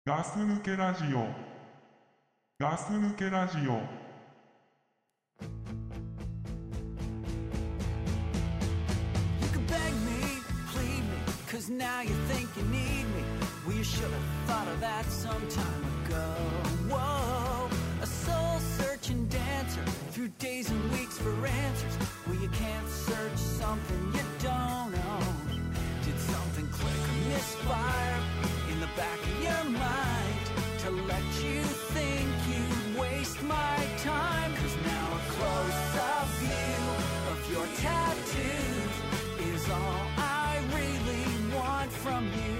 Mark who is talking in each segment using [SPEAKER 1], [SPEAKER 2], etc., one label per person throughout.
[SPEAKER 1] ガス抜けラジオ、ガス抜けラジオ。
[SPEAKER 2] You could beg me, plead me, cause now you think you need me. Well, you should have thought of that some time ago. Whoa, a soul-searching dancer through days and weeks for answers. Well, you can't search something you don't own. Did something click or misfire in the back of your mind to let you think you'd waste my time? Cause now a close-up view of your tattoos is all I really want from you.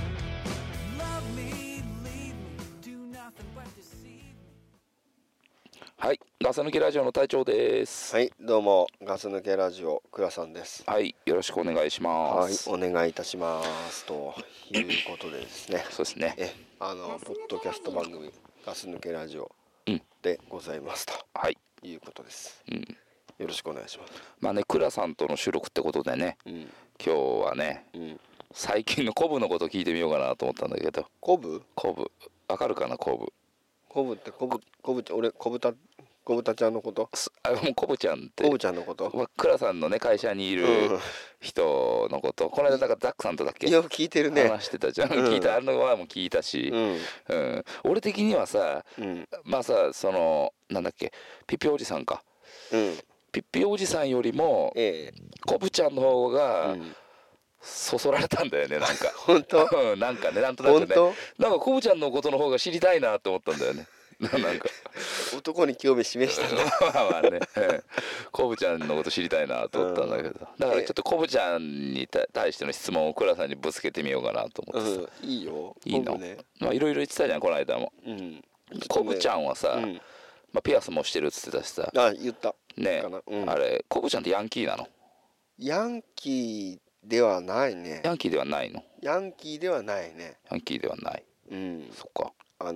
[SPEAKER 2] Love me, leave me, do nothing but deceive me.
[SPEAKER 3] はい、ガス抜きラジオの隊長です。
[SPEAKER 4] はい、どうもガス抜けラジオ倉さんです。
[SPEAKER 3] はい、よろしくお願いしま
[SPEAKER 4] はい、
[SPEAKER 3] す。
[SPEAKER 4] お願いいたしますということでですね。
[SPEAKER 3] そうですね。
[SPEAKER 4] ポッドキャスト番組ガス抜けラジオ
[SPEAKER 3] うん
[SPEAKER 4] でございますと
[SPEAKER 3] はい、
[SPEAKER 4] いうことです。
[SPEAKER 3] うん、
[SPEAKER 4] よろしくお願いします。
[SPEAKER 3] まあね、倉さんとの収録ってことでね、
[SPEAKER 4] うん、
[SPEAKER 3] 今日はね、最近のコブのこと聞いてみようかなと思ったんだけど、
[SPEAKER 4] コブ
[SPEAKER 3] わかるかな、コブ。
[SPEAKER 4] って俺小豚ちゃんのこと？
[SPEAKER 3] もうコブちゃんって。
[SPEAKER 4] コブちゃんのこと？
[SPEAKER 3] まあ、倉さんのね会社にいる人のこと。この間だからザックさんとだっけ？
[SPEAKER 4] よく聞いてるね。
[SPEAKER 3] 話してたじゃん。聞いた、あのはもう聞いたし、俺的にはさ、まあさ、そのなんだっけ、ピッピおじさんか。ピッピおじさんよりも、コブちゃんの方が、そそられたんだよね、なんか。
[SPEAKER 4] 本当？
[SPEAKER 3] なんかね、なんとなくね。
[SPEAKER 4] 本
[SPEAKER 3] なんかコブちゃんのことの方が知りたいなって思ったんだよね。なんか
[SPEAKER 4] 男に興味示したんだ。
[SPEAKER 3] まあね、コブちゃんのこと知りたいなと思ったんだけど、だからちょっとコブちゃんに対しての質問を倉さんにぶつけてみようかなと思ってさ。
[SPEAKER 4] いいよ。
[SPEAKER 3] いいの？
[SPEAKER 4] ね、
[SPEAKER 3] まあいろいろ言ってたじゃん、この間も。コブちゃんはさ、まあ、ピアスもしてるっつってたしさ。
[SPEAKER 4] 言った
[SPEAKER 3] ね、あれコブちゃんってヤンキーなの？
[SPEAKER 4] ヤンキーではないね。
[SPEAKER 3] ヤンキーではないの？
[SPEAKER 4] ヤンキーではないね。
[SPEAKER 3] ヤンキーではない。そっか。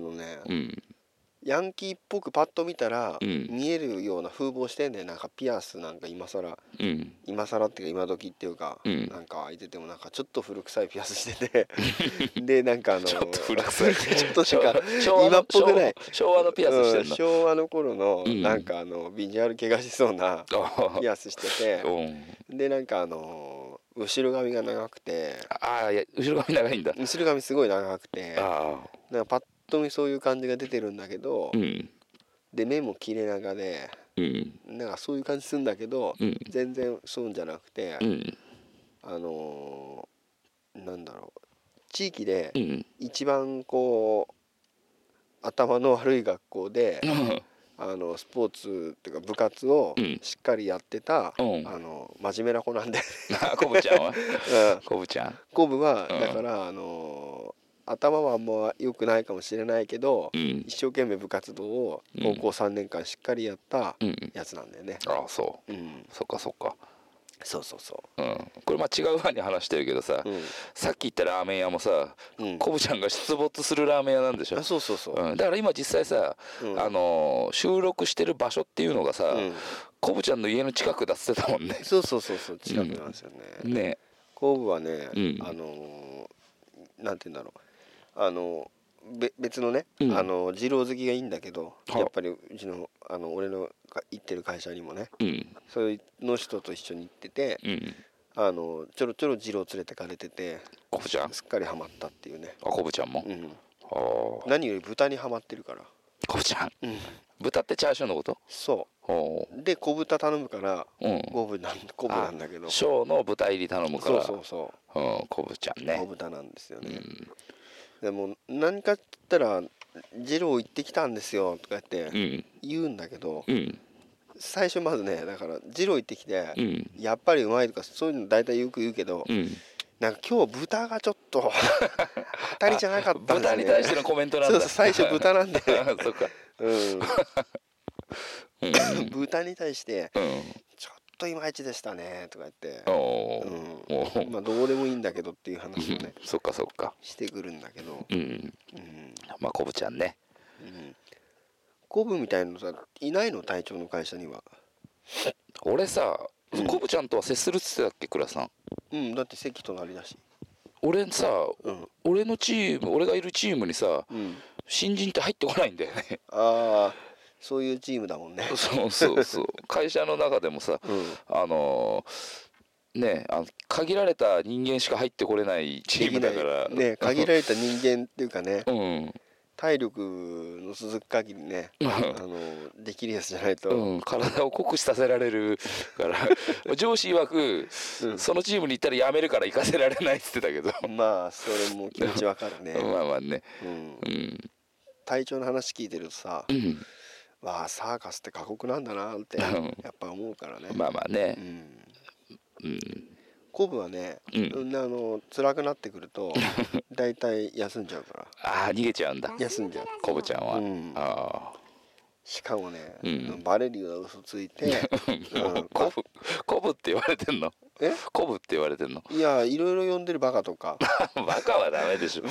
[SPEAKER 4] ヤンキーっぽくパッと見たら、見えるような風貌してんね。なんかピアスなんか今更っていうか今時っていうか、なんか開いててもなんかちょっと古臭いピアスしててでなんか
[SPEAKER 3] ちょっと古臭い
[SPEAKER 4] ちょっとしか今っぽくない。
[SPEAKER 3] 昭和のピアスしてんの？
[SPEAKER 4] 昭和の頃のなんかビジュアル怪我しそうなピアスしてて、でなんか後ろ髪が長くて、
[SPEAKER 3] いや後ろ髪長いんだ。
[SPEAKER 4] 後ろ髪すごい長くて、なんかパッと見そういう感じが出てるんだけど、で目も切れ長で、なんかそういう感じするんだけど、全然そうじゃなくて、なんだろう、地域で一番こう頭の悪い学校でスポーツっていうか部活をしっかりやってた、真面目な子なんで
[SPEAKER 3] コブちゃんは、コブは
[SPEAKER 4] だから頭はあんま良くないかもしれないけど、一生懸命部活動を高校3年間しっかりやったやつなんだよね。
[SPEAKER 3] ああそう、そっかそっか。
[SPEAKER 4] そう、
[SPEAKER 3] これまあ違うわに話してるけどさ、さっき言ったラーメン屋もさ、コブちゃんが出没するラーメン屋なんでしょ。
[SPEAKER 4] そう、
[SPEAKER 3] だから今実際さ、収録してる場所っていうのがさ、コブちゃんの家の近くだっつってたもんね。
[SPEAKER 4] そう近くなんですよね。
[SPEAKER 3] ね、
[SPEAKER 4] コブはね、なんて言うんだろう、別のね、二郎好きがいいんだけど、やっぱりうちの俺の行ってる会社にもね、そういうの人と一緒に行ってて、ちょろちょろ二郎連れてかれてて、
[SPEAKER 3] コブちゃん
[SPEAKER 4] すっかりハマったっていうね。
[SPEAKER 3] コブちゃんも、
[SPEAKER 4] 何より豚にハマってるから。
[SPEAKER 3] コブちゃん、豚ってチャーシューのこと？
[SPEAKER 4] そうで小豚頼むから、コブなんだけど、
[SPEAKER 3] 小の豚入り頼むから、
[SPEAKER 4] そう、
[SPEAKER 3] コブちゃんね、
[SPEAKER 4] 小豚なんですよね。でも何かって言ったら二郎行ってきたんですよとか言って言うんだけど、最初まずね、だから二郎行ってきて、やっぱりうまいとかそういうの大体よく言うけど、なんか今日豚がちょっと当たりじゃなかったんだね。
[SPEAKER 3] 豚に対してのコメントなんだ。
[SPEAKER 4] そう、最初豚なんで
[SPEAKER 3] そっか。
[SPEAKER 4] 豚に対してちょっといまいちでしたねとか言って、まあどうでもいいんだけどっていう話をね、
[SPEAKER 3] そっか
[SPEAKER 4] してくるんだけど、
[SPEAKER 3] まあコブちゃんね、
[SPEAKER 4] コブみたいなのさいないの？隊長の会社には。
[SPEAKER 3] 俺さ、コブちゃんとは接するっつってたっけ、倉さん。
[SPEAKER 4] だって席隣だし。
[SPEAKER 3] 俺さ、俺のチーム、俺がいるチームにさ、新人って入ってこないんだよね。
[SPEAKER 4] ああ、そういうチームだもんね。
[SPEAKER 3] そうそうそう。会社の中でもさ、ね、限られた人間しか入ってこれないチームだから
[SPEAKER 4] ね、限られた人間っていうかね、体力の続く限りね、できるやつじゃないと、
[SPEAKER 3] 体を酷使させられるから上司曰く、そのチームに行ったら辞めるから行かせられないって言ってたけど、
[SPEAKER 4] まあそれも気持ちわかるね。
[SPEAKER 3] まあまあね、
[SPEAKER 4] 隊長の話聞いてるとさ、わあサーカスって過酷なんだなってやっぱ思うからね。
[SPEAKER 3] まあまあね、
[SPEAKER 4] コブはね、辛くなってくるとだいたい休んじゃうから。
[SPEAKER 3] ああ、逃げちゃうんだ、
[SPEAKER 4] 休んじゃう
[SPEAKER 3] コブちゃんは。
[SPEAKER 4] しかもね、バレるような嘘ついて
[SPEAKER 3] コブって言われてんの？コブって言われてんの？
[SPEAKER 4] いや、いろいろ呼んでるバカとか
[SPEAKER 3] バカはダメでしょ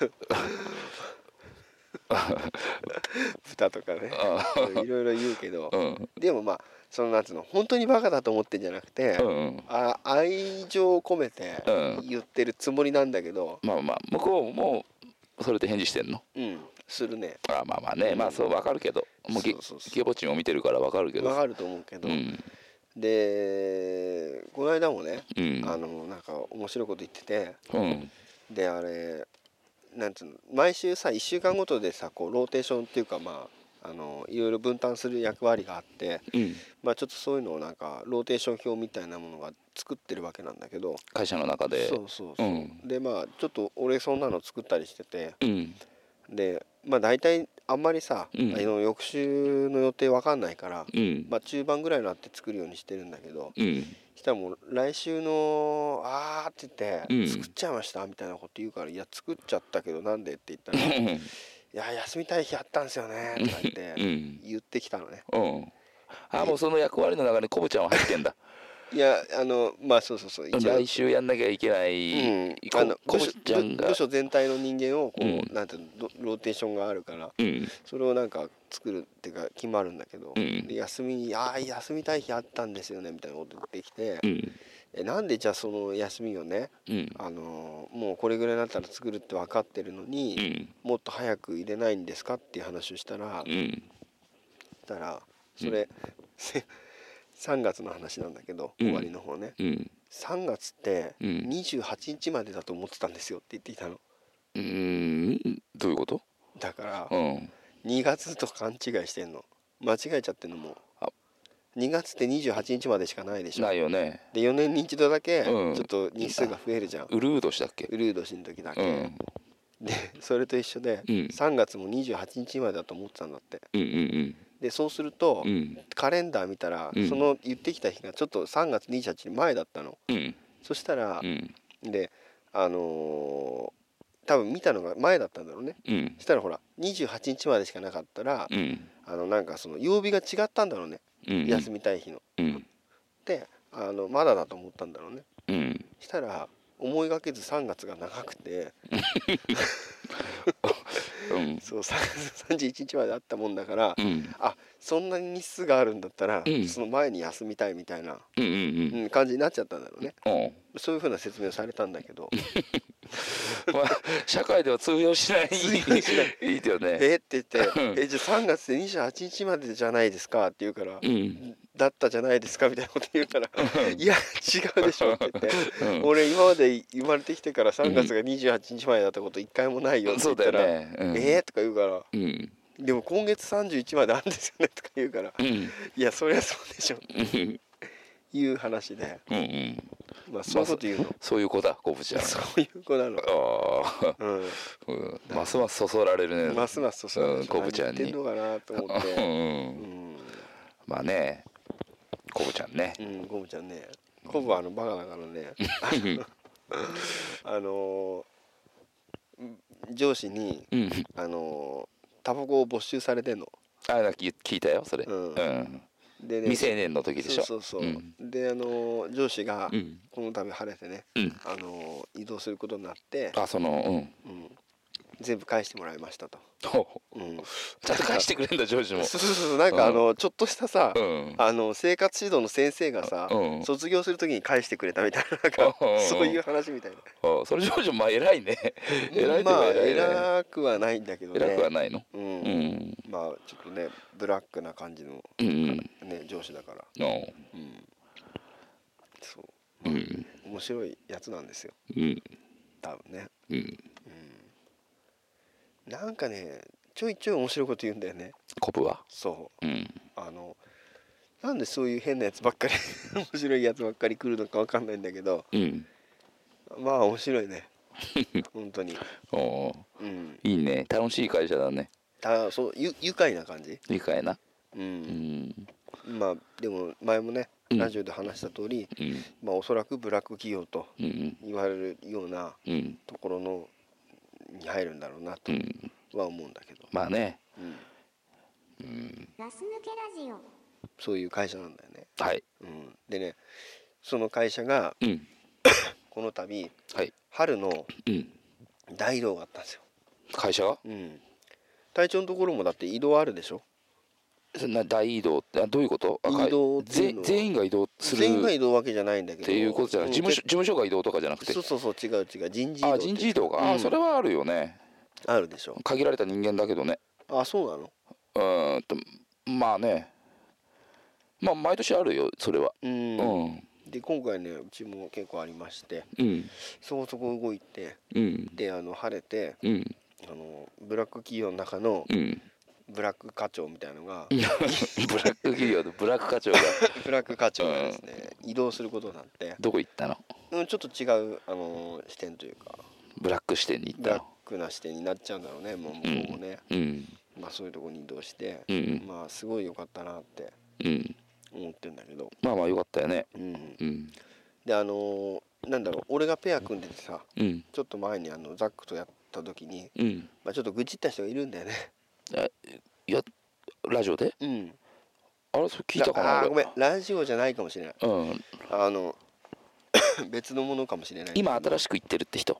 [SPEAKER 4] 豚とかね、いろいろ言うけど、でもまあそのなんつうの、本当にバカだと思ってんじゃなくて、愛情を込めて言ってるつもりなんだけど、
[SPEAKER 3] まあまあ向こうもそれで返事してんの？
[SPEAKER 4] するね。
[SPEAKER 3] まあまあね、まあそう分かるけど、もうゲボチンを見てるから分かるけど、
[SPEAKER 4] 分かると思うけど、でこの間もね、なんか面白いこと言ってて、であれなんつうの、毎週さ1週間ごとでさ、こうローテーションっていうか、まあいろいろ分担する役割があって、まあちょっとそういうのをなんかローテーション表みたいなものが作ってるわけなんだけど、
[SPEAKER 3] 会社の中で。
[SPEAKER 4] そうそうそう、でまあちょっと俺そんなの作ったりしてて、でまあ大体あんまりさ、翌週の予定わかんないから、まあ中盤ぐらいになって作るようにしてるんだけど、したらもう来週のって言って、作っちゃいましたみたいなこと言うから、いや作っちゃったけどなんでって言ったら、いや休みたい日あったんですよねとか言って言ってきたのね。
[SPEAKER 3] もうその役割の中にコブちゃんは入ってんだ。
[SPEAKER 4] いやまあそうそうそう、
[SPEAKER 3] 来週やんなきゃいけない、コブちゃんが
[SPEAKER 4] 部署全体の人間をこう、なんていうの、ローテーションがあるから、それをなんか作るっていうか決まるんだけど、で休みたい日あったんですよねみたいなこと言ってきて、なんでじゃあその休みをね、もうこれぐらいになったら作るって分かってるのに、もっと早く入れないんですかっていう話をしたら、それ、3月の話なんだけど、終わりの方ね、3月って28日までだと思ってたんですよって言ってきたの。
[SPEAKER 3] どういうこと？
[SPEAKER 4] だから、2月と勘違いしてんの、間違えちゃってんの。もう2月って28日までしかないでしょ。
[SPEAKER 3] ないよね。
[SPEAKER 4] で4年に一度だけちょっと日数が増えるじゃん。
[SPEAKER 3] ウルー年だっけ？
[SPEAKER 4] ウルー年の時だけ、でそれと一緒で、3月も28日までだと思ってたんだって。でそうすると、カレンダー見たら、その言ってきた日がちょっと3月28日前だったの。そしたら、で多分見たのが前だったんだろうね。そしたらほら28日までしかなかったら、なんかその曜日が違ったんだろうね、休みたい日の。でまだだと思ったんだろうね。したら思いがけず3月が長くてそう3月31日まであったもんだから、そんなに日数があるんだったら、その前に休みたいみたいな感じになっちゃったんだろうね。そういうふうな説明をされたんだけど
[SPEAKER 3] まあ、社会では通用しないいいよね。
[SPEAKER 4] って言ってじゃあ3月で28日までじゃないですかって言うから、だったじゃないですかみたいなこと言うから、いや違うでしょって言って、俺今まで生まれてきてから3月が28日前だったこと一回もないよって言ったら、とか言うから、でも今月31まであるんですよねとか言うから、いやそりゃそうでしょっていう話で、まあそういうこと言うの。
[SPEAKER 3] そういう子だ、コブちゃん。
[SPEAKER 4] そういう子なの。
[SPEAKER 3] ますますそそられるね。
[SPEAKER 4] ますますそそられる。
[SPEAKER 3] コブちゃんに。
[SPEAKER 4] 言ってんのかなと思って。
[SPEAKER 3] まあね、コブちゃんね。
[SPEAKER 4] コブちゃんね。コブはバカだからね。上司にタバコを没収されてんの。
[SPEAKER 3] 聞いたよそれ。でね、未成年の時でしょ。
[SPEAKER 4] そう、で上司がこの度晴れてね、移動することになって、 全部返してもらいましたと。
[SPEAKER 3] うん、ちゃんと返してくれるんだジョージも。
[SPEAKER 4] そうなんかちょっとしたさ、生活指導の先生がさ、卒業するときに返してくれたみたいな、なんかそういう話みたいな。
[SPEAKER 3] それジョージもまあ偉いね。
[SPEAKER 4] まあ偉くはないんだけどね。
[SPEAKER 3] 偉くはないの。
[SPEAKER 4] まあちょっとねブラックな感じのね上司だから。そう。面白いやつなんですよ。多分ね。なんかねちょいちょい面白いこと言うんだよね。
[SPEAKER 3] コブは。
[SPEAKER 4] そう。なんでそういう変なやつばっかり面白いやつばっかり来るのかわかんないんだけど、まあ面白いね本当に。
[SPEAKER 3] いいね、楽しい会社だね。
[SPEAKER 4] そう愉快な感じ。
[SPEAKER 3] 愉快な。
[SPEAKER 4] まあでも前もねラジオで話した通り、まあおそらくブラック企業と言われるようなところのに入るんだろうなとは思うんだけど。
[SPEAKER 3] まあね。
[SPEAKER 5] ガス抜けラジオ。
[SPEAKER 4] そういう会社なんだよね。
[SPEAKER 3] はい。
[SPEAKER 4] でね、その会社がこの度春の大移動があったんですよ。
[SPEAKER 3] 会社が？
[SPEAKER 4] 隊長のところもだって移動あるでしょ。
[SPEAKER 3] 大移動ってどういうこと？
[SPEAKER 4] 移動
[SPEAKER 3] 全員が移動する。
[SPEAKER 4] 全員が移動わけじゃないんだけど。
[SPEAKER 3] っていうことじゃない。事務所が移動とかじゃなくて。
[SPEAKER 4] そう違う人事異動。
[SPEAKER 3] 人事異動か。それはあるよね。
[SPEAKER 4] あるでしょ。
[SPEAKER 3] 限られた人間だけどね。
[SPEAKER 4] そうなの？
[SPEAKER 3] まあね。まあ毎年あるよそれは。で今回ねうちも結構ありまして、そこそこ動いて、で晴れて、ブラック企業の中のブラック課長みたいなのがブラック企業のブラック課長が
[SPEAKER 4] ブラック課長がですね、移動することになって。
[SPEAKER 3] どこ行ったの？
[SPEAKER 4] ちょっと違う視点というか
[SPEAKER 3] ブラック視点に行ったの。
[SPEAKER 4] ブラックな視点になっちゃうんだろうね、もう向こうもね。まあそういうとこに移動して、まあすごい良かったなって思ってんだけど。
[SPEAKER 3] まあ良かったよね。
[SPEAKER 4] でなんだろう、俺がペア組んでてさ、ちょっと前にザックとやった時に、まあちょっと愚痴った人がいるんだよね。
[SPEAKER 3] いやラジオで？あれそれ聞いたかな。
[SPEAKER 4] ごめん、ラジオじゃないかもしれない。別のものかもしれない。
[SPEAKER 3] 今新しく行ってるって人。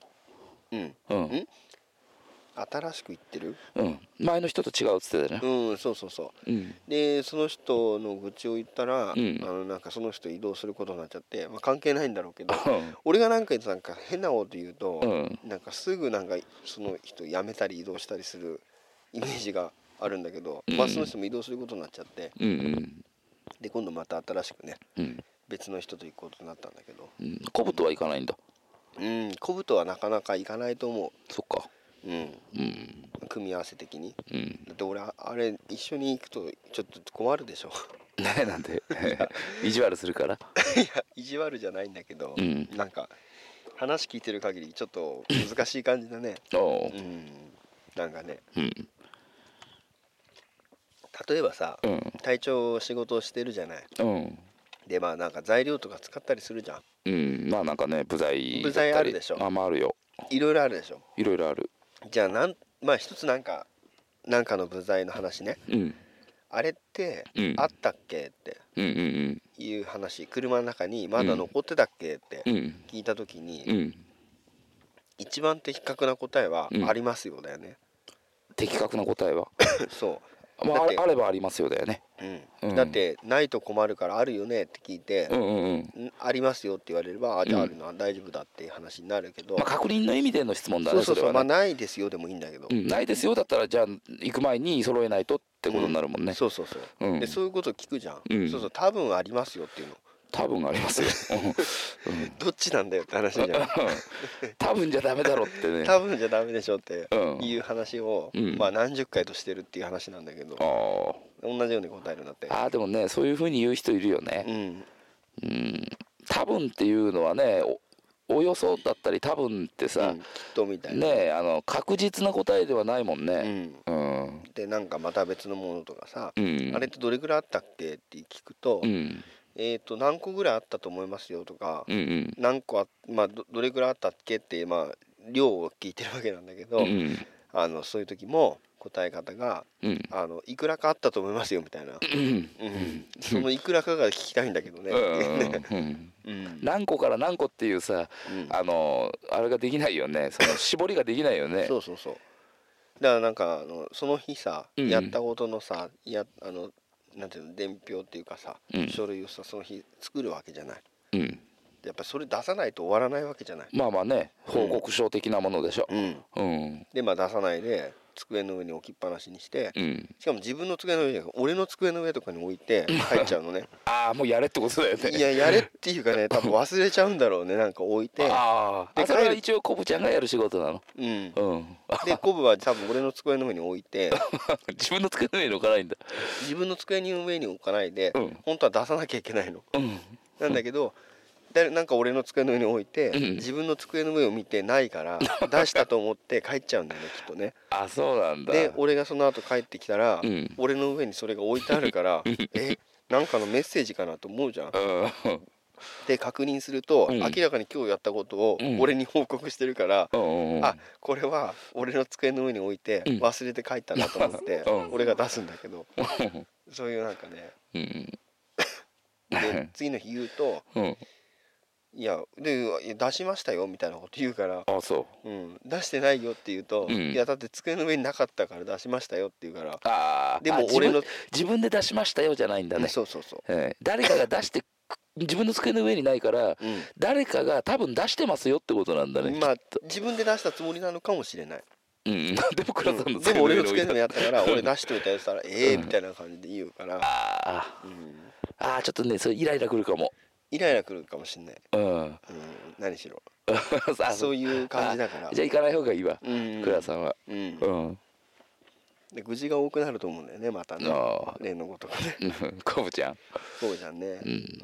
[SPEAKER 4] 新しく行ってる？
[SPEAKER 3] 前の人と違うっつってたね。
[SPEAKER 4] そう。でその人の愚痴を言ったら、なんかその人移動することになっちゃって、まあ、関係ないんだろうけど、俺がなんか変なこと言うと、なんかすぐなんかその人辞めたり移動したりするイメージがあるんだけど、まあその人も移動することになっちゃって、で今度また新しくね、別の人と行くことになったんだけど。
[SPEAKER 3] コブとは行かないんだ。
[SPEAKER 4] コブとはなかなか行かないと思う。
[SPEAKER 3] そっか。
[SPEAKER 4] 組み合わせ的に。だって俺あれ一緒に行くとちょっと困るでしょ。
[SPEAKER 3] なんで意地悪するから？い
[SPEAKER 4] や意地悪じゃないんだけど、なんか話聞いてる限りちょっと難しい感じだね。なんかね、例えばさ、隊長仕事をしてるじゃない。でまあなんか材料とか使ったりするじゃん。
[SPEAKER 3] まあなんかね部材
[SPEAKER 4] あるでしょ。
[SPEAKER 3] まああるよ。
[SPEAKER 4] いろいろあるでしょ。
[SPEAKER 3] いろいろある。
[SPEAKER 4] じゃあまあ一つなんかの部材の話ね。あれってあったっけっていう話、車の中にまだ残ってたっけって聞いた時に、一番的確な答えはありますよだよね。
[SPEAKER 3] 的確な答えは
[SPEAKER 4] そう。
[SPEAKER 3] まああればありますよだよね。
[SPEAKER 4] だってないと困るからあるよねって聞いて、ありますよって言われればじゃああるのは大丈夫だっていう話になるけど、
[SPEAKER 3] 確認の意味での質問だね。
[SPEAKER 4] そうまあないですよでもいいんだけど、
[SPEAKER 3] ないですよだったらじゃあ行く前に揃えないとってことになるもんね。
[SPEAKER 4] そうでそういうこと聞くじゃん。そう多分ありますよっていうの。
[SPEAKER 3] 多分ありますよ。
[SPEAKER 4] どっちなんだよって話じゃん。
[SPEAKER 3] 多分じゃダメだろってね。
[SPEAKER 4] 多分じゃダメでしょっていう話をまあ何十回としてるっていう話なんだけど、同じように答えるんだって。
[SPEAKER 3] でもねそういう風に言う人いるよね。多分っていうのはね およそだったり多分ってさ、
[SPEAKER 4] きっとみたいな
[SPEAKER 3] ね確実な答えではないもんね。
[SPEAKER 4] でなんかまた別のものとかさ、あれってどれぐらいあったっけって聞くと、何個ぐらいあったと思いますよとか、何個まあどれぐらいあったっけってまあ量を聞いてるわけなんだけど、そういう時も答え方が、いくらかあったと思いますよみたいな、そのいくらかが聞きたいんだけどね。何個から何個っていうさ、あれができないよね。その絞りができないよね。 そうだからなんかその日さ、やったことのさなんていうの伝票っていうかさ、書類をさその日作るわけじゃない。やっぱそれ出さないと終わらないわけじゃない。
[SPEAKER 3] まあまあね、報告書的なものでしょ。
[SPEAKER 4] でまあ出さないで机の上に置きっぱなしにして、しかも自分の机の上じゃなくて俺の机の上とかに置いて帰っちゃうのね。
[SPEAKER 3] ああ、もうやれってことだよね。
[SPEAKER 4] いや、やれっていうかね、多分忘れちゃうんだろうね、なんか置いて。
[SPEAKER 3] ああ、それは一応コブちゃんがやる仕事なの。
[SPEAKER 4] でコブは多分俺の机の上に置いて
[SPEAKER 3] 自分の机の上に置かないんだ。
[SPEAKER 4] 自分の机の上に置かないで、本当は出さなきゃいけないの。なんだけどなんか俺の机の上に置いて、自分の机の上を見てないから出したと思って帰っちゃうんだよね、きっとね。
[SPEAKER 3] あ、そうなんだ。
[SPEAKER 4] で俺がその後帰ってきたら、俺の上にそれが置いてあるからなんかのメッセージかなと思うじゃん。で確認すると、明らかに今日やったことを俺に報告してるから、あ、これは俺の机の上に置いて忘れて帰ったなと思って俺が出すんだけど、そういうなんかね、で次の日言うといやで出しましたよみたいなこと言うから、
[SPEAKER 3] あ、そう、
[SPEAKER 4] 出してないよって言うと、いやだって机の上になかったから出しましたよって言うから、
[SPEAKER 3] あ、
[SPEAKER 4] でも俺の
[SPEAKER 3] 自分で出しましたよじゃないんだね。
[SPEAKER 4] そうそうそう、
[SPEAKER 3] 誰かが出して自分の机の上にないから、誰かが多分出してますよってことなんだね。
[SPEAKER 4] まあ自分で出したつもりなのかもしれない。
[SPEAKER 3] でも倉さんの
[SPEAKER 4] でも俺の机の上やったから俺出しといたやつたらみたいな感じで言うから、
[SPEAKER 3] ちょっとねそれイライラくるかも。
[SPEAKER 4] イライラくるかもしんない。何しろそういう感じだから。
[SPEAKER 3] じゃあ行かない方がいいわ、倉さんは。
[SPEAKER 4] で愚痴が多くなると思うんだよね、またね、例のごとくね。
[SPEAKER 3] コブちゃん
[SPEAKER 4] ね。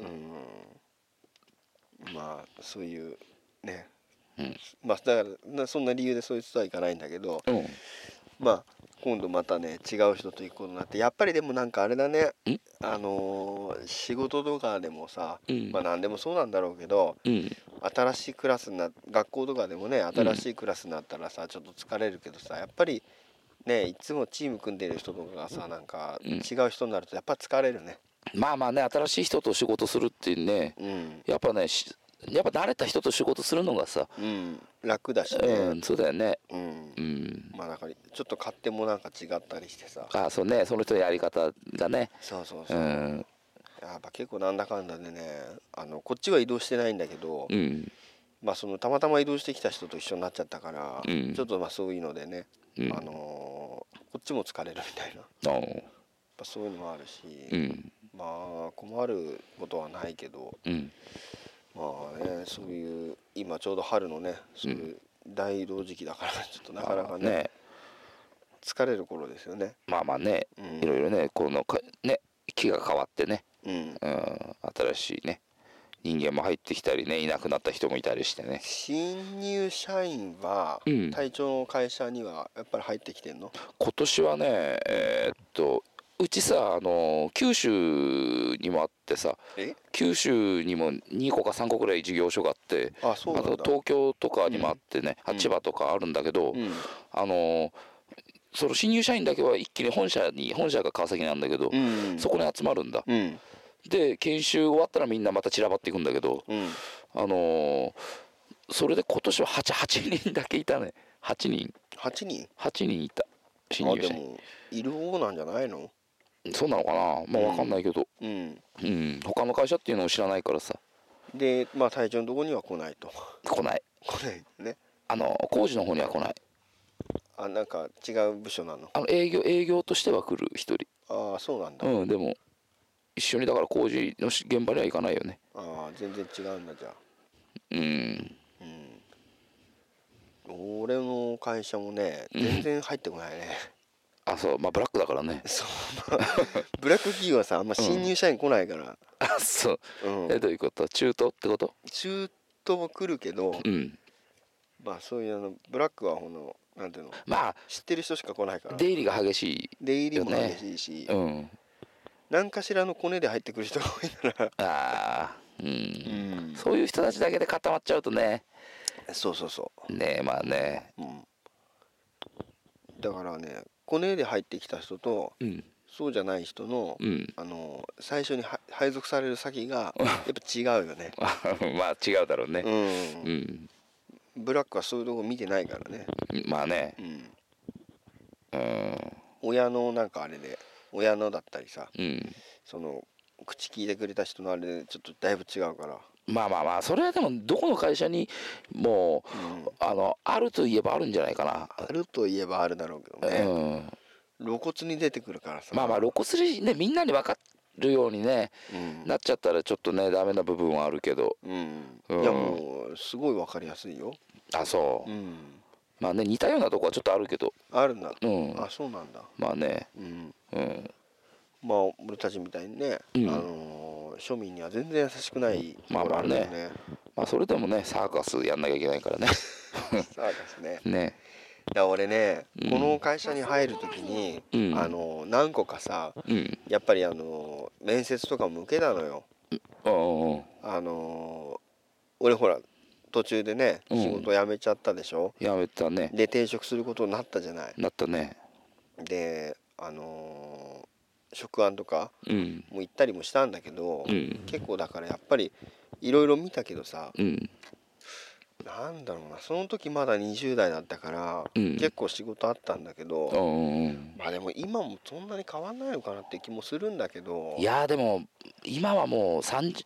[SPEAKER 4] まあそういうね、まあだからそんな理由でそいつとはいかないんだけど、まあ今度またね違う人と行くことになって、やっぱりでもなんかあれだね、仕事とかでもさ、まあ何でもそうなんだろうけど、新しいクラス学校とかでもね新しいクラスになったらさちょっと疲れるけどさ、やっぱりねいつもチーム組んでる人とかがさなんか違う人になるとやっぱ疲れるね。
[SPEAKER 3] まあまあね、新しい人と仕事するっていうね、やっぱねやっぱ慣れた人と仕事するのがさ、
[SPEAKER 4] 楽だしね。そう
[SPEAKER 3] だよね。
[SPEAKER 4] まあだからちょっと勝手もなんか違ったりしてさ。
[SPEAKER 3] そうね、その人のやり方がね。
[SPEAKER 4] そうそうそう。やっぱ結構なんだかんだでね、こっちは移動してないんだけど、まあそのたまたま移動してきた人と一緒になっちゃったから、ちょっとまあそういうのでね、こっちも疲れるみたいな。やっぱそういうのもあるし、まあ困ることはないけど。まあね、そういう今ちょうど春のねそういう大移動時期だからちょっとなかなかね疲れる頃ですよね。
[SPEAKER 3] まあまあね、いろいろねこのね気が変わってね、新しいね人間も入ってきたりね、いなくなった人もいたりしてね。
[SPEAKER 4] 新入社員は隊長の会社にはやっぱり入ってきてんの？
[SPEAKER 3] 今年はねうちさ九州にもあってさ、九州にも2個か3個ぐらい事業所があって、あと東京とかにもあってね、千葉とかあるんだけど、その新入社員だけは一気に本社が川崎なんだけど、そこに集まるんだ。で研修終わったらみんなまた散らばっていくんだけど、それで今年は8人だけいたね。8人いた新入社員。
[SPEAKER 4] でもいる方なんじゃないの？
[SPEAKER 3] そうなのかな、まあ分かんないけど、他の会社っていうのを知らないからさ。
[SPEAKER 4] でまあ隊長のとこには来ないと。
[SPEAKER 3] 来ない
[SPEAKER 4] ね。
[SPEAKER 3] 工事の方には来ない。
[SPEAKER 4] なんか違う部署なの？
[SPEAKER 3] 営業としては来る一人。
[SPEAKER 4] そうなんだ。
[SPEAKER 3] でも一緒にだから工事の現場には行かないよね。
[SPEAKER 4] 全然違うんだじゃあ。俺の会社もね全然入ってこないね。
[SPEAKER 3] そう、まあブラックだからね。
[SPEAKER 4] そう、ブラック企業はさあんま新入社員来ないから。
[SPEAKER 3] そう、どういうこと？中途ってこと？
[SPEAKER 4] 中途も来るけど、まあそういうブラックはなんていうの、まあ知ってる人しか来ないから。
[SPEAKER 3] 出入りが激しい、
[SPEAKER 4] 出入りも激しいし、何かしらのコネで入ってくる人が多いから。
[SPEAKER 3] そういう人たちだけで固まっちゃうとね。
[SPEAKER 4] そう
[SPEAKER 3] ね、まあね、
[SPEAKER 4] だからねコネで入ってきた人と、そうじゃない人の、最初に配属される先がやっぱ違うよね。
[SPEAKER 3] まあ違うだろうね。
[SPEAKER 4] ブラックはそういうとこ見てないからね。
[SPEAKER 3] まあね、
[SPEAKER 4] 親のなんかあれで親のだったりさ、その口聞いてくれた人のあれでちょっとだいぶ違うから。
[SPEAKER 3] まあそれはでもどこの会社にもあるといえばあるんじゃないかな。
[SPEAKER 4] あるといえばあるだろうけどね、露骨に出てくるからさ。
[SPEAKER 3] まあ露骨にねみんなに分かるようにね、なっちゃったらちょっとねダメな部分はあるけど、
[SPEAKER 4] いやもうすごい分かりやすいよ。
[SPEAKER 3] あ、そう、まあね似たようなとこはちょっとあるけど。
[SPEAKER 4] あるんだ。あ、そうなんだ。
[SPEAKER 3] まあね、
[SPEAKER 4] まあ俺たちみたいにね、庶民には全然優しくないところあるよね。
[SPEAKER 3] まあそれでもねサーカスやんなきゃいけないからね。
[SPEAKER 4] サーカスね。
[SPEAKER 3] ね。
[SPEAKER 4] いや俺ね、この会社に入る時に、何個かさ、やっぱり面接とかも受けたのよ。俺ほら途中でね仕事辞めちゃったでしょ。
[SPEAKER 3] 辞めたね。
[SPEAKER 4] で転職することになったじゃない。
[SPEAKER 3] なったね。
[SPEAKER 4] で職案とかも行ったりもしたんだけど、結構だからやっぱりいろいろ見たけどさ、なんだろうな、その時まだ20代だったから、結構仕事あったんだけど、まあでも今もそんなに変わんないのかなって気もするんだけど。
[SPEAKER 3] いやでも今はもう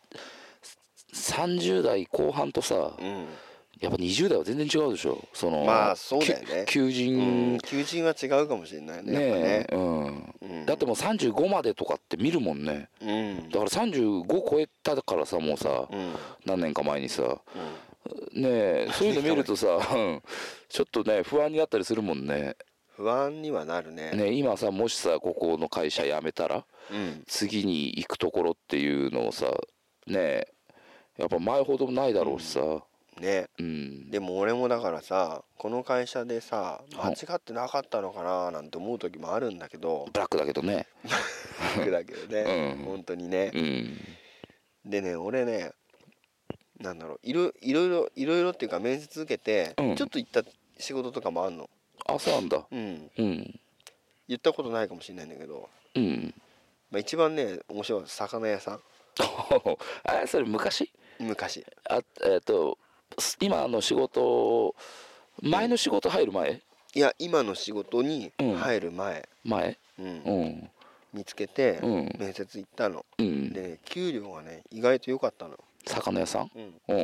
[SPEAKER 3] 30代後半とさ、やっぱ20代は全然違うでしょ。
[SPEAKER 4] まあそうだよね。
[SPEAKER 3] 求人
[SPEAKER 4] は違うかもしれないね。
[SPEAKER 3] だってもう35までとかって見るもんね。だから35超えたからさ、もうさ、何年か前にさ、ねそういうの見るとさちょっとね不安になったりするもんね。
[SPEAKER 4] 不安にはなるね。
[SPEAKER 3] 今さもしさここの会社辞めたら、次に行くところっていうのをさやっぱ前ほどないだろうしさ。
[SPEAKER 4] でも俺もだからさ、この会社でさ間違ってなかったのかななんて思う時もあるんだけど。
[SPEAKER 3] ブラックだけどね。
[SPEAKER 4] ブラックだけどね、本当にね。でね、俺ね、なんだろう、いろいろっていうか面接受けて、ちょっと行った仕事とかもあんの。
[SPEAKER 3] あ、そうなんだ。
[SPEAKER 4] 言ったことないかもしれないんだけど、一番ね面白い魚屋さん。
[SPEAKER 3] それ昔今の仕事、前の仕事入る前？
[SPEAKER 4] いや今の仕事に入る前、見つけて面接行ったの。で給料がね意外と良かったの。
[SPEAKER 3] 魚屋さん？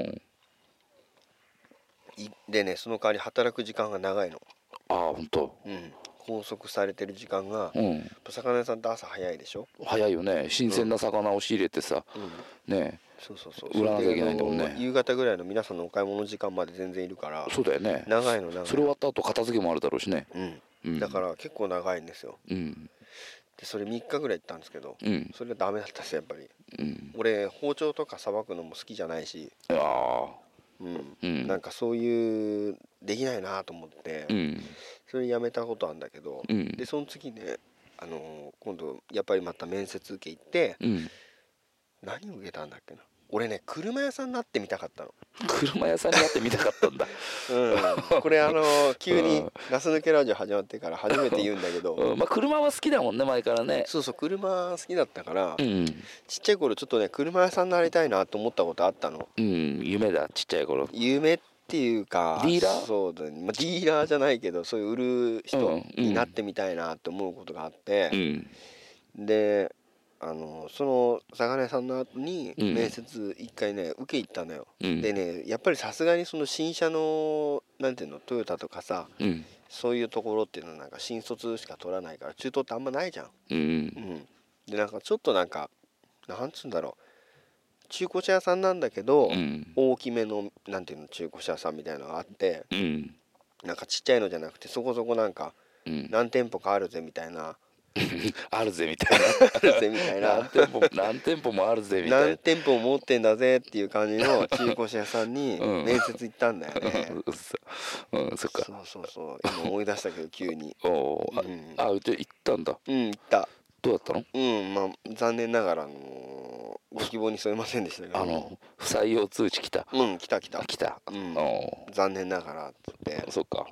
[SPEAKER 4] でね、その代わり働く時間が長いの。
[SPEAKER 3] ああ本当。
[SPEAKER 4] 拘束されてる時間が、魚屋さんって朝早いでしょ。
[SPEAKER 3] 早いよね。新鮮な魚を仕入れてさ、
[SPEAKER 4] そう
[SPEAKER 3] 売らなきゃいけないんだもんね。
[SPEAKER 4] 夕方ぐらいの皆さんのお買い物時間まで全然いるから。
[SPEAKER 3] そうだよね。
[SPEAKER 4] 長い。
[SPEAKER 3] それ終わった後片付けもあるだろうしね。
[SPEAKER 4] だから結構長いんですよ。でそれ3日ぐらい行ったんですけど、それがダメだったですやっぱり。俺包丁とかさばくのも好きじゃないし、なんかそういうできないなと思って、それやめたことあるんだけど、でその次ね、今度やっぱりまた面接受け行って、何を受けたんだっけな。俺ね車屋さんになってみたかったの。
[SPEAKER 3] 車屋さんになってみたかったんだ。
[SPEAKER 4] これ急にガス抜けラジオ始まってから初めて言うんだけど、
[SPEAKER 3] まあ車は好きだもんね前からね。
[SPEAKER 4] そう車好きだったから、ちっちゃい頃ちょっとね車屋さんになりたいなと思ったことあったの。
[SPEAKER 3] 夢だ、ちっちゃい頃。
[SPEAKER 4] 夢っていうか、
[SPEAKER 3] ディーラー？
[SPEAKER 4] そうだね、ディーラーじゃないけどそういう売る人になってみたいなって思うことがあって、でその魚屋さんの後に面接一回ね受け行ったのよ。でね、やっぱりさすがにその新車のなんていうの、トヨタとかさ、そういうところっていうのはなんか新卒しか取らないから中途ってあんまないじゃん。でなんかちょっとなんつうんだろう、中古車屋さんなんだけど、大きめのなんていうの中古車屋さんみたいなのがあって、なんかちっちゃいのじゃなくてそこそこなんか何店舗かあるぜみたいな。
[SPEAKER 3] あるぜみたいな。
[SPEAKER 4] あるぜみたいな。
[SPEAKER 3] 何店舗もあるぜみたいな。
[SPEAKER 4] 何店舗持ってんだぜっていう感じの中古車屋さんに面接行ったんだよね。
[SPEAKER 3] そっか。
[SPEAKER 4] そう今思い出したけど急に。
[SPEAKER 3] 行ったんだ。
[SPEAKER 4] 行った。
[SPEAKER 3] どうだったの？
[SPEAKER 4] まあ残念ながらご希望に添えませんでしたけど。
[SPEAKER 3] 不採用通知来た。
[SPEAKER 4] 来た。残念ながらっつって。
[SPEAKER 3] そっか。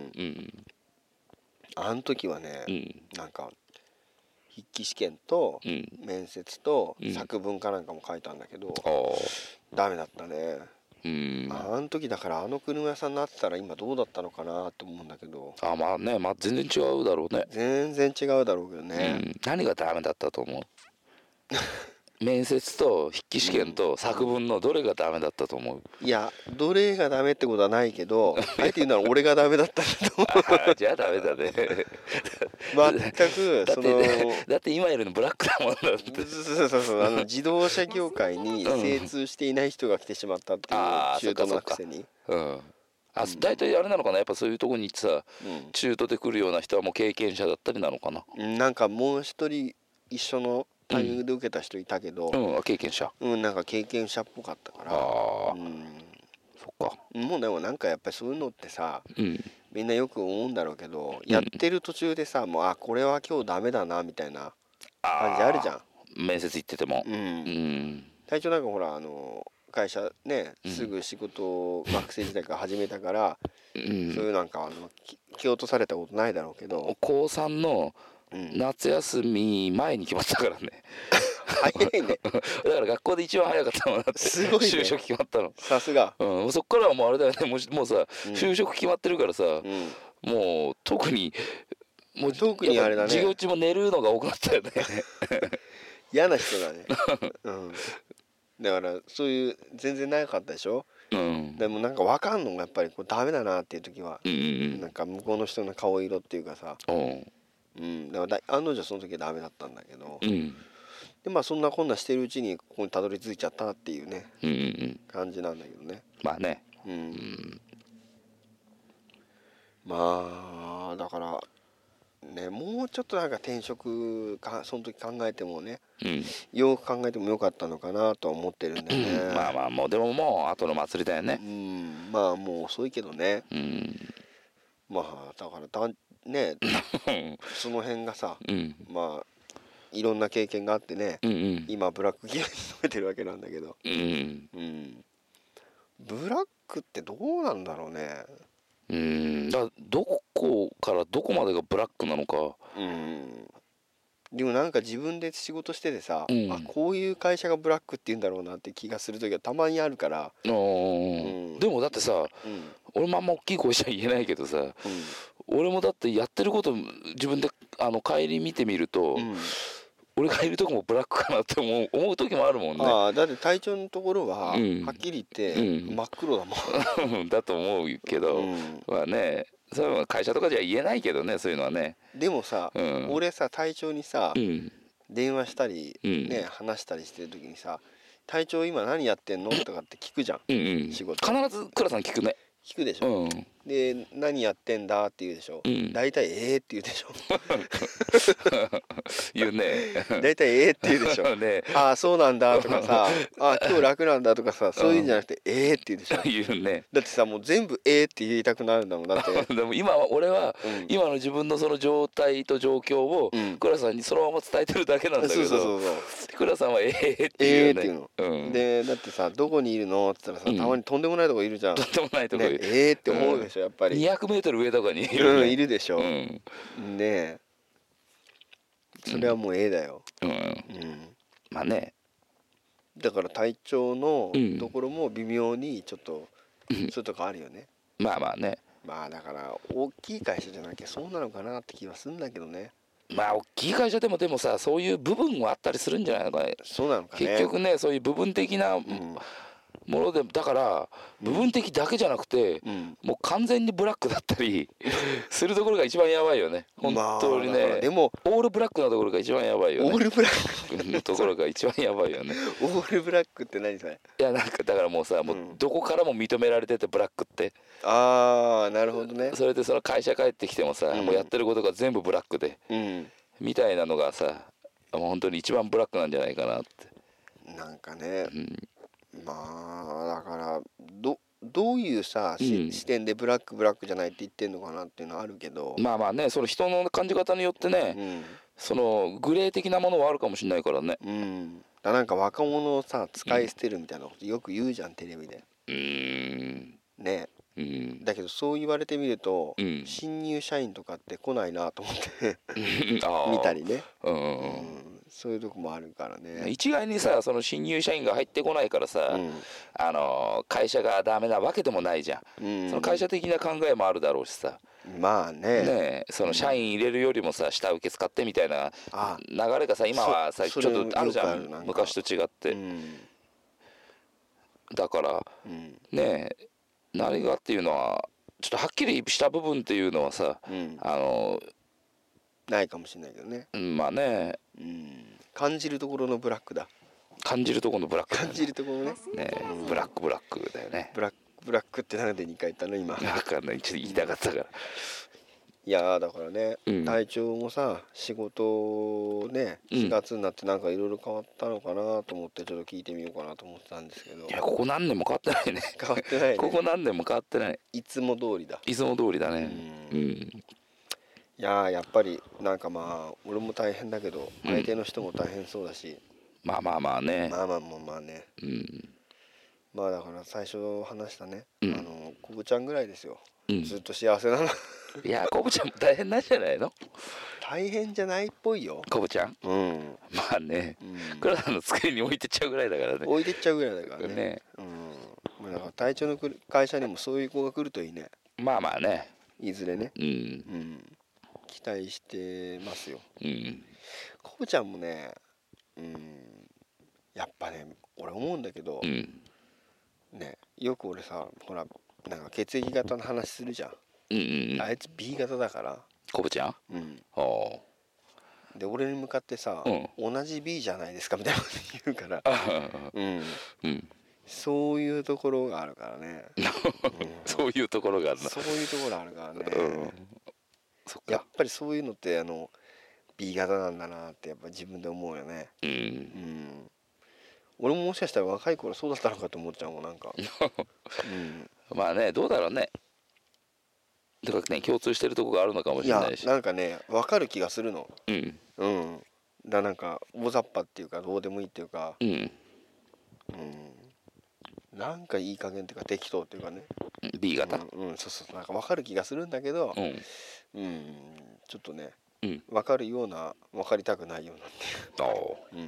[SPEAKER 4] あの時はね、なんか筆記試験と面接と作文かなんかも書いたんだけど、ダメだったね。 あの時だからあの車屋さんになってたら今どうだったのかなと思うんだけど。
[SPEAKER 3] まあね、全然違うだろうね。
[SPEAKER 4] 全然違うだろうけどね、
[SPEAKER 3] 何がダメだったと思う？面接と筆記試験と作文のどれがダメだったと思う？
[SPEAKER 4] いや、どれがダメってことはないけど、あえて言うなら俺がダメだったんだと思う。
[SPEAKER 3] じゃあダメだね。
[SPEAKER 4] 全く
[SPEAKER 3] だって今いるのブラックだもんだって。
[SPEAKER 4] そう自動車業界に精通していない人が来てしまったっていう中途のくせに。
[SPEAKER 3] 大体あれなのかな、やっぱそういうところにさ、中途で来るような人はもう経験者だったりなのかな。
[SPEAKER 4] なんかもう一人一緒のタイミングで受けた人いたけど、
[SPEAKER 3] 経験者。
[SPEAKER 4] なんか経験者っぽかったから。
[SPEAKER 3] そっか。
[SPEAKER 4] もうでもなんかやっぱりそういうのってさ、みんなよく思うんだろうけど、やってる途中でさ、もうこれは今日ダメだなみたいな感じあるじゃん。
[SPEAKER 3] 面接行ってても。
[SPEAKER 4] 隊長なんかほら会社ね、すぐ仕事を学生時代から始めたから、そういうなんか蹴落とされたことないだろうけど、
[SPEAKER 3] 高3の夏休み前に決まったからね。
[SPEAKER 4] 早いね。
[SPEAKER 3] だから学校で一番早かったのだって。すごいね。就職決まったの。
[SPEAKER 4] さすが。
[SPEAKER 3] そっからはもうあれだよね。もうさ、就職決まってるからさ、もう特に
[SPEAKER 4] あれだね。
[SPEAKER 3] 授業中も寝るのが多くなったよね。
[SPEAKER 4] 嫌な人だね。だからそういう全然なかったでしょ。でもなんか分かんのがやっぱりこうダメだなっていう時は、なんか向こうの人の顔色っていうかさ。だから案の定その時はダメだったんだけど、でまあそんなこんなしてるうちにここにたどり着いちゃったっていうね、感じなんだけどね。
[SPEAKER 3] まあね。
[SPEAKER 4] まあだからね、もうちょっとなんか転職かその時考えてもね、よく考えてもよかったのかなとは思ってるんだよね。
[SPEAKER 3] まあまあもうでももう後の祭りだよね。
[SPEAKER 4] まあもう遅いけどね。まあだからねその辺がさ、まあいろんな経験があってね、今ブラック企業に勤めてるわけなんだけど、ブラックってどうなんだろうね。
[SPEAKER 3] だからどこからどこまでがブラックなのか。
[SPEAKER 4] でもなんか自分で仕事しててさ、こういう会社がブラックって言うんだろうなって気がする時はたまにあるから。で
[SPEAKER 3] もだってさ、俺もあんま大きい声じゃ言えないけどさ、俺もだってやってること自分で帰り見てみると、俺がいるとこもブラックかなって思う時もあるもんね。
[SPEAKER 4] だって隊長のところははっきり言って真っ黒だも
[SPEAKER 3] ん。だと思うけど、まあね、それは会社とかじゃ言えないけどね、そういうのはね。
[SPEAKER 4] でもさ、俺さ隊長にさ、電話したりね、話したりしてる時にさ、隊長今何やってんのとかって聞くじゃん。仕事
[SPEAKER 3] 必ず倉さん聞くね。
[SPEAKER 4] 聞くでしょ。で何やってんだって言うでしょ。大体って言うでしょ。
[SPEAKER 3] 言うね。
[SPEAKER 4] 大体って言うでしょ。ああそうなんだとかさ、あ今日楽なんだとかさ、そういうんじゃなくてって言うでしょ。
[SPEAKER 3] 言うね。
[SPEAKER 4] だってさもう全部って言いたくなるんだもんだって。
[SPEAKER 3] でも俺は今の自分のその状態と状況を倉さんにそのまま伝えてるだけなんだけど、倉さんはって言うね。
[SPEAKER 4] でだってさどこにいるのって言ったらさ、たまにとんでもないとこいるじゃん。
[SPEAKER 3] とんでもないとこいる。
[SPEAKER 4] って思うでしょやっぱり。
[SPEAKER 3] 200メートル上とかにいる。
[SPEAKER 4] いるでしょ。ねえ。それはもうだよ。
[SPEAKER 3] まあね。
[SPEAKER 4] だから体調のところも微妙にちょっとそういうとこあるよね。
[SPEAKER 3] まあまあね。
[SPEAKER 4] まあだから大きい会社じゃなきゃそうなのかなって気はするんだけどね。
[SPEAKER 3] まあ大きい会社でもさ、そういう部分はあったりするんじゃないのかね。
[SPEAKER 4] そうなのかね。
[SPEAKER 3] 結局ね、そういう部分的なもので、だから部分的だけじゃなくて、もう完全にブラックだったりするところが一番やばいよね。本当にね。
[SPEAKER 4] でも
[SPEAKER 3] オールブラックなところが一番やばいよね。
[SPEAKER 4] オールブラック
[SPEAKER 3] のところが一番やばいよね。
[SPEAKER 4] オールブラックって何それ。
[SPEAKER 3] いやなんかだからもうさ、もうどこからも認められててブラックって。
[SPEAKER 4] なるほどね。
[SPEAKER 3] それでその会社帰ってきてもさ、もうやってることが全部ブラックで、みたいなのがさ、もう本当に一番ブラックなんじゃないかなって。
[SPEAKER 4] なんかね。まあだからどういうさ、視点でブラックじゃないって言ってんのかなっていうのはあるけど、
[SPEAKER 3] まあね、その人の感じ方によってね、そのグレー的なものはあるかもしれないからね。
[SPEAKER 4] なんか若者をさ使い捨てるみたいなことよく言うじゃん、テレビで。ね。だけどそう言われてみると、新入社員とかって来ないなと思って見たりね。 そういうとこもあるからね。
[SPEAKER 3] 一概にさその新入社員が入ってこないからさ、会社がダメなわけでもないじゃん、その会社的な考えもあるだろうしさ。
[SPEAKER 4] まあね
[SPEAKER 3] その社員入れるよりもさ下請け使ってみたいな流れがさ今はさちょっとあるじゃん、昔と違って、だからね何がっていうのはちょっとはっきりした部分っていうのはさ、
[SPEAKER 4] ないかもしれないけどね。
[SPEAKER 3] まあね、
[SPEAKER 4] 感じるところのブラックだ。
[SPEAKER 3] 感じるところのブラック、
[SPEAKER 4] 感じるところね。
[SPEAKER 3] ブラックだよね。
[SPEAKER 4] ブラックって何で2回言ったの今。
[SPEAKER 3] 分かんない、ちょっと言いたかったから。
[SPEAKER 4] いやだからね、体調もさ仕事ね4月になってなんかいろいろ変わったのかなと思ってちょっと聞いてみようかなと思ってたんですけど。
[SPEAKER 3] いやここ何年も変わってないね。
[SPEAKER 4] 変わってないね。
[SPEAKER 3] ここ何年も変わってない。
[SPEAKER 4] いつも通りだ。
[SPEAKER 3] いつも通りだね。
[SPEAKER 4] いややっぱりなんかまあ俺も大変だけど相手の人も大変そうだし、
[SPEAKER 3] まあね。
[SPEAKER 4] まあね。まあだから最初話したね、コブちゃんぐらいですよ、ずっと幸せなの。
[SPEAKER 3] いやコブちゃんも大変なんじゃないの。
[SPEAKER 4] 大変じゃないっぽいよ
[SPEAKER 3] コブちゃん。まあね、倉田の机に置いてっちゃうぐらいだからね。
[SPEAKER 4] 置いてっちゃうぐらいだからね。だから隊長の会社にもそういう子が来るといいね。
[SPEAKER 3] まあね、
[SPEAKER 4] いずれね。期待してますよ。コブちゃんもね、やっぱね俺思うんだけど、ねよく俺さほらなんか血液型の話するじゃん。あいつ B 型だから
[SPEAKER 3] コブちゃん。
[SPEAKER 4] で俺に向かってさ、同じ B じゃないですかみたいなこと言うからそういうところがあるからね。
[SPEAKER 3] そういうところがあるの。
[SPEAKER 4] そういうところあるからね。やっぱりそういうのってB 型なんだなってやっぱ自分で思うよね。俺ももしかしたら若い頃そうだったのかと思っちゃうもんなんか。
[SPEAKER 3] まあねどうだろうね。とかね共通してるとこがあるのかもしれないし。
[SPEAKER 4] いやなんかね分かる気がするの。なんか大雑把っていうかどうでもいいっていうか、なんかいい加減っていうか適当っていうかね。
[SPEAKER 3] B 型。
[SPEAKER 4] そうなんか分かる気がするんだけど、ちょっとね、分かるような分かりたくないようなっていう、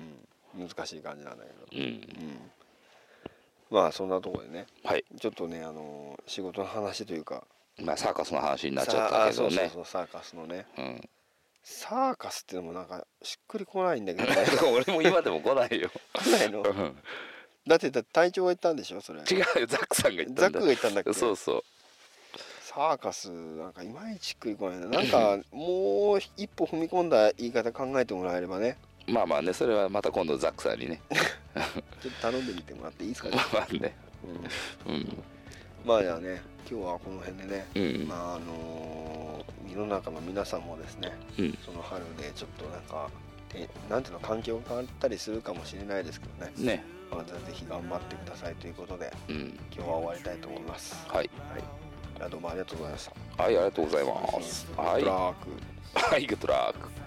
[SPEAKER 4] 難しい感じなんだけど、まあそんなところでね、ちょっとね仕事の話というか、
[SPEAKER 3] まあサーカスの話になっちゃったけどね。
[SPEAKER 4] そうサーカスのね、サーカスっていうのもなんかしっくりこないんだけどね。
[SPEAKER 3] 俺も今でも来ないよ。
[SPEAKER 4] 来ないの？だって隊長が言ったんでしょそれ。
[SPEAKER 3] 違うよザックさんが言ったんだ。
[SPEAKER 4] ザックが言ったんだっけ。
[SPEAKER 3] そうそう。
[SPEAKER 4] サーカスなんかいまいちしっくりこないな。なんかもう一歩踏み込んだ言い方考えてもらえればね。
[SPEAKER 3] まあねそれはまた今度ザックさんにね
[SPEAKER 4] ちょっと頼んでみてもらっていいですかね。
[SPEAKER 3] まあね。
[SPEAKER 4] まあじゃあね今日はこの辺でね、まあ世の中の皆さんもですね、その春でちょっとなんかなんていうの環境が変わったりするかもしれないですけどね。まあぜひ頑張ってくださいということで、今日は終わりたいと思います。はい。どうもありがとうございました。
[SPEAKER 3] はいありがとうございます。
[SPEAKER 4] はい。グッドラック。
[SPEAKER 3] はいグッドラック。